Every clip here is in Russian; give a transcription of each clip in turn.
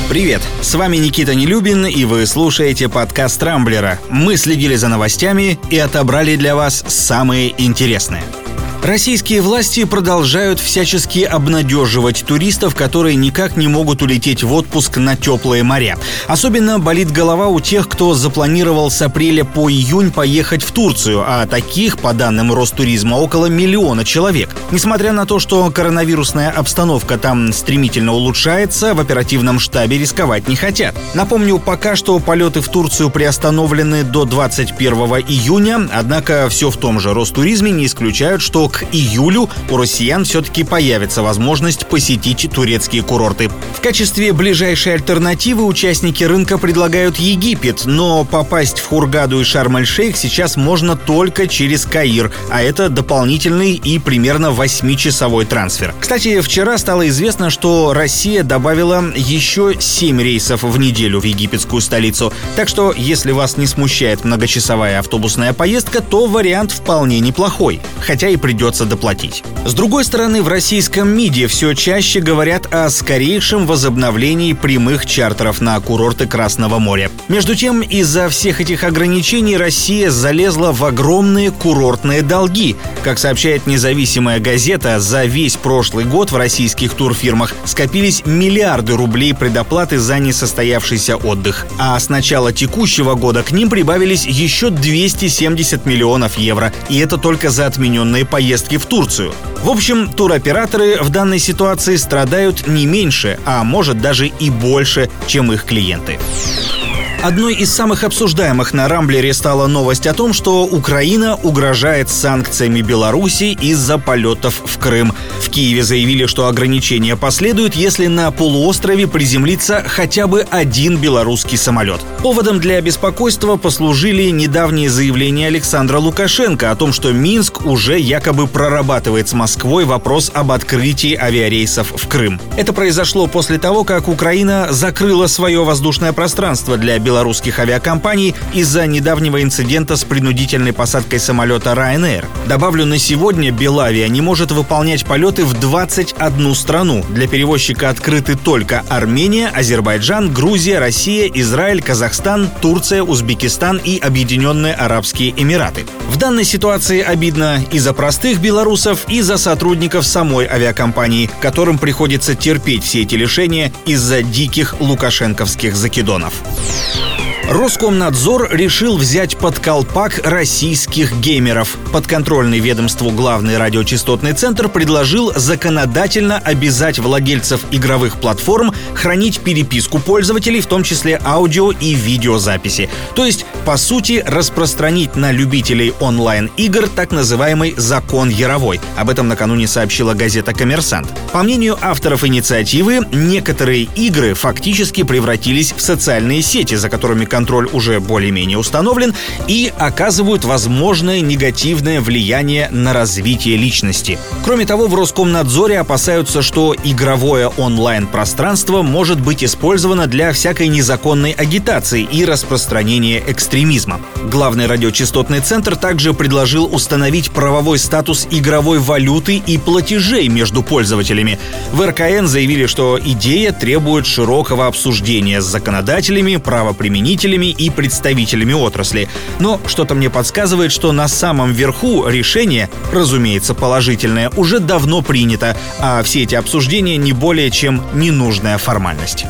Привет, с вами Никита Нелюбин, и вы слушаете подкаст «Рамблера». Мы следили за новостями и отобрали для вас самые интересные. Российские власти продолжают всячески обнадеживать туристов, которые никак не могут улететь в отпуск на теплые моря. Особенно болит голова у тех, кто запланировал с апреля по июнь поехать в Турцию, а таких, по данным Ростуризма, около 1 миллиона человек. Несмотря на то, что коронавирусная обстановка там стремительно улучшается, в оперативном штабе рисковать не хотят. Напомню, пока что полеты в Турцию приостановлены до 21 июня, однако все в том же Ростуризме не исключают, что к июлю у россиян все-таки появится возможность посетить турецкие курорты. В качестве ближайшей альтернативы участники рынка предлагают Египет, но попасть в Хургаду и Шарм-эль-Шейх сейчас можно только через Каир, а это дополнительный и примерно 8-часовой трансфер. Кстати, вчера стало известно, что Россия добавила еще 7 рейсов в неделю в египетскую столицу, так что если вас не смущает многочасовая автобусная поездка, то вариант вполне неплохой, хотя и придется доплатить. С другой стороны, в российском МИДе все чаще говорят о скорейшем возобновлении прямых чартеров на курорты Красного моря. Между тем, из-за всех этих ограничений Россия залезла в огромные курортные долги. Как сообщает независимая газета, за весь прошлый год в российских турфирмах скопились миллиарды рублей предоплаты за несостоявшийся отдых. А с начала текущего года к ним прибавились еще 270 миллионов евро. И это только за отмененные поездки в Турцию. В общем, туроператоры в данной ситуации страдают не меньше, а может даже и больше, чем их клиенты. Одной из самых обсуждаемых на Рамблере стала новость о том, что Украина угрожает санкциями Беларуси из-за полетов в Крым. В Киеве заявили, что ограничения последуют, если на полуострове приземлится хотя бы один белорусский самолет. Поводом для беспокойства послужили недавние заявления Александра Лукашенко о том, что Минск уже якобы прорабатывает с Москвой вопрос об открытии авиарейсов в Крым. Это произошло после того, как Украина закрыла свое воздушное пространство для белорусских авиакомпаний из-за недавнего инцидента с принудительной посадкой самолета Ryanair. Добавлю, на сегодня Белавия не может выполнять полеты в 21 страну. Для перевозчика открыты только Армения, Азербайджан, Грузия, Россия, Израиль, Казахстан, Турция, Узбекистан и Объединенные Арабские Эмираты. В данной ситуации обидно и за простых белорусов, и за сотрудников самой авиакомпании, которым приходится терпеть все эти лишения из-за диких лукашенковских закидонов. Роскомнадзор решил взять под колпак российских геймеров. Подконтрольный ведомству главный радиочастотный центр предложил законодательно обязать владельцев игровых платформ хранить переписку пользователей, в том числе аудио и видеозаписи. То есть, по сути, распространить на любителей онлайн-игр так называемый закон Яровой. Об этом накануне сообщила газета «Коммерсант». По мнению авторов инициативы, некоторые игры фактически превратились в социальные сети, за которыми контроль уже более-менее установлен, и оказывают возможное негативное влияние на развитие личности. Кроме того, в Роскомнадзоре опасаются, что игровое онлайн-пространство может быть использовано для всякой незаконной агитации и распространения экстремизма. Главный радиочастотный центр также предложил установить правовой статус игровой валюты и платежей между пользователями. В РКН заявили, что идея требует широкого обсуждения с законодателями, правоприменителями и представителями отрасли. Но что-то мне подсказывает, что на самом верху решение, разумеется, положительное, уже давно принято, а все эти обсуждения не более чем ненужная формальность.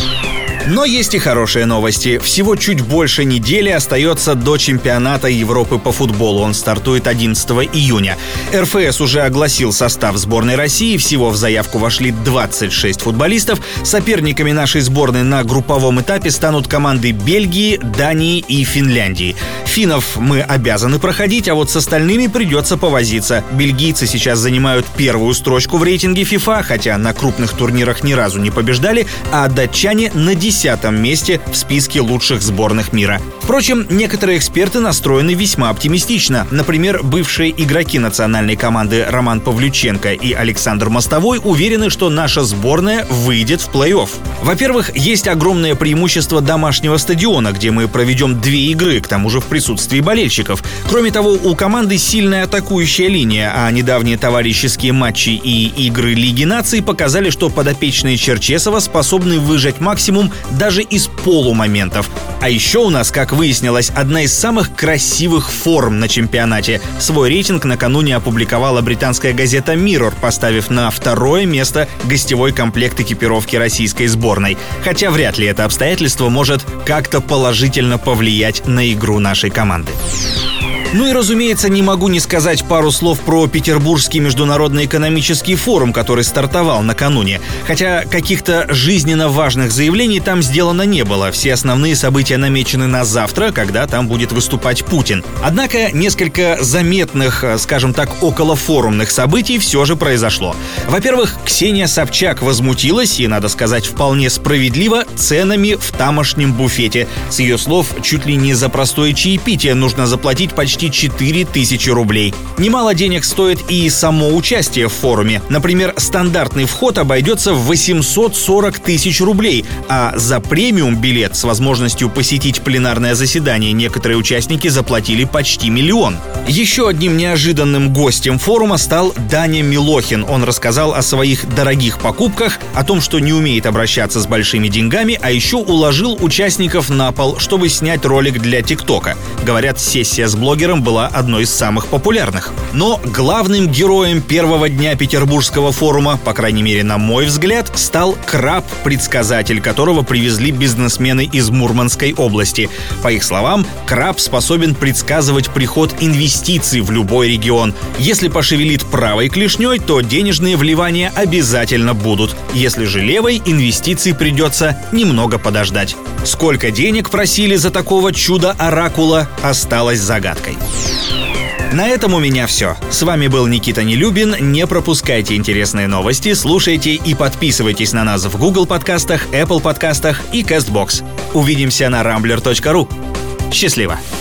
Но есть и хорошие новости. Всего чуть больше недели остается до чемпионата Европы по футболу. Он стартует 11 июня. РФС уже огласил состав сборной России. Всего в заявку вошли 26 футболистов. Соперниками нашей сборной на групповом этапе станут команды Бельгии, Дании и Финляндии. Финнов мы обязаны проходить, а вот с остальными придется повозиться. Бельгийцы сейчас занимают первую строчку в рейтинге FIFA, хотя на крупных турнирах ни разу не побеждали, а датчане на 10 10-м месте в списке лучших сборных мира. Впрочем, некоторые эксперты настроены весьма оптимистично. Например, бывшие игроки национальной команды Роман Павлюченко и Александр Мостовой уверены, что наша сборная выйдет в плей-офф. Во-первых, есть огромное преимущество домашнего стадиона, где мы проведем 2 игры, к тому же в присутствии болельщиков. Кроме того, у команды сильная атакующая линия, а недавние товарищеские матчи и игры Лиги наций показали, что подопечные Черчесова способны выжать максимум даже из полумоментов. А еще у нас, как выяснилось, одна из самых красивых форм на чемпионате. Свой рейтинг накануне опубликовала британская газета Mirror, поставив на 2-е место гостевой комплект экипировки российской сборной. Хотя вряд ли это обстоятельство может как-то положительно повлиять на игру нашей команды. Ну и, разумеется, не могу не сказать пару слов про Петербургский международный экономический форум, который стартовал накануне. Хотя каких-то жизненно важных заявлений там сделано не было. Все основные события намечены на завтра, когда там будет выступать Путин. Однако несколько заметных, скажем так, околофорумных событий все же произошло. Во-первых, Ксения Собчак возмутилась, и, надо сказать, вполне справедливо, ценами в тамошнем буфете. С ее слов, чуть ли не за простое чаепитие нужно заплатить почти 4000 рублей. Немало денег стоит и само участие в форуме. Например, стандартный вход обойдется в 840 тысяч рублей, а за премиум-билет с возможностью посетить пленарное заседание некоторые участники заплатили почти 1 миллион. Еще одним неожиданным гостем форума стал Даня Милохин. Он рассказал о своих дорогих покупках, о том, что не умеет обращаться с большими деньгами, а еще уложил участников на пол, чтобы снять ролик для ТикТока. Говорят, сессия с блогером была одной из самых популярных. Но главным героем первого дня Петербургского форума, по крайней мере на мой взгляд, стал краб-предсказатель, которого привезли бизнесмены из Мурманской области. По их словам, краб способен предсказывать приход инвестиций в любой регион. Если пошевелит правой клешней, то денежные вливания обязательно будут. Если же левой, инвестиций придется немного подождать. Сколько денег просили за такого чудо-оракула, осталось загадкой. На этом у меня все. С вами был Никита Нелюбин. Не пропускайте интересные новости, слушайте и подписывайтесь на нас в Google подкастах, Apple подкастах и CastBox. Увидимся на rambler.ru. Счастливо!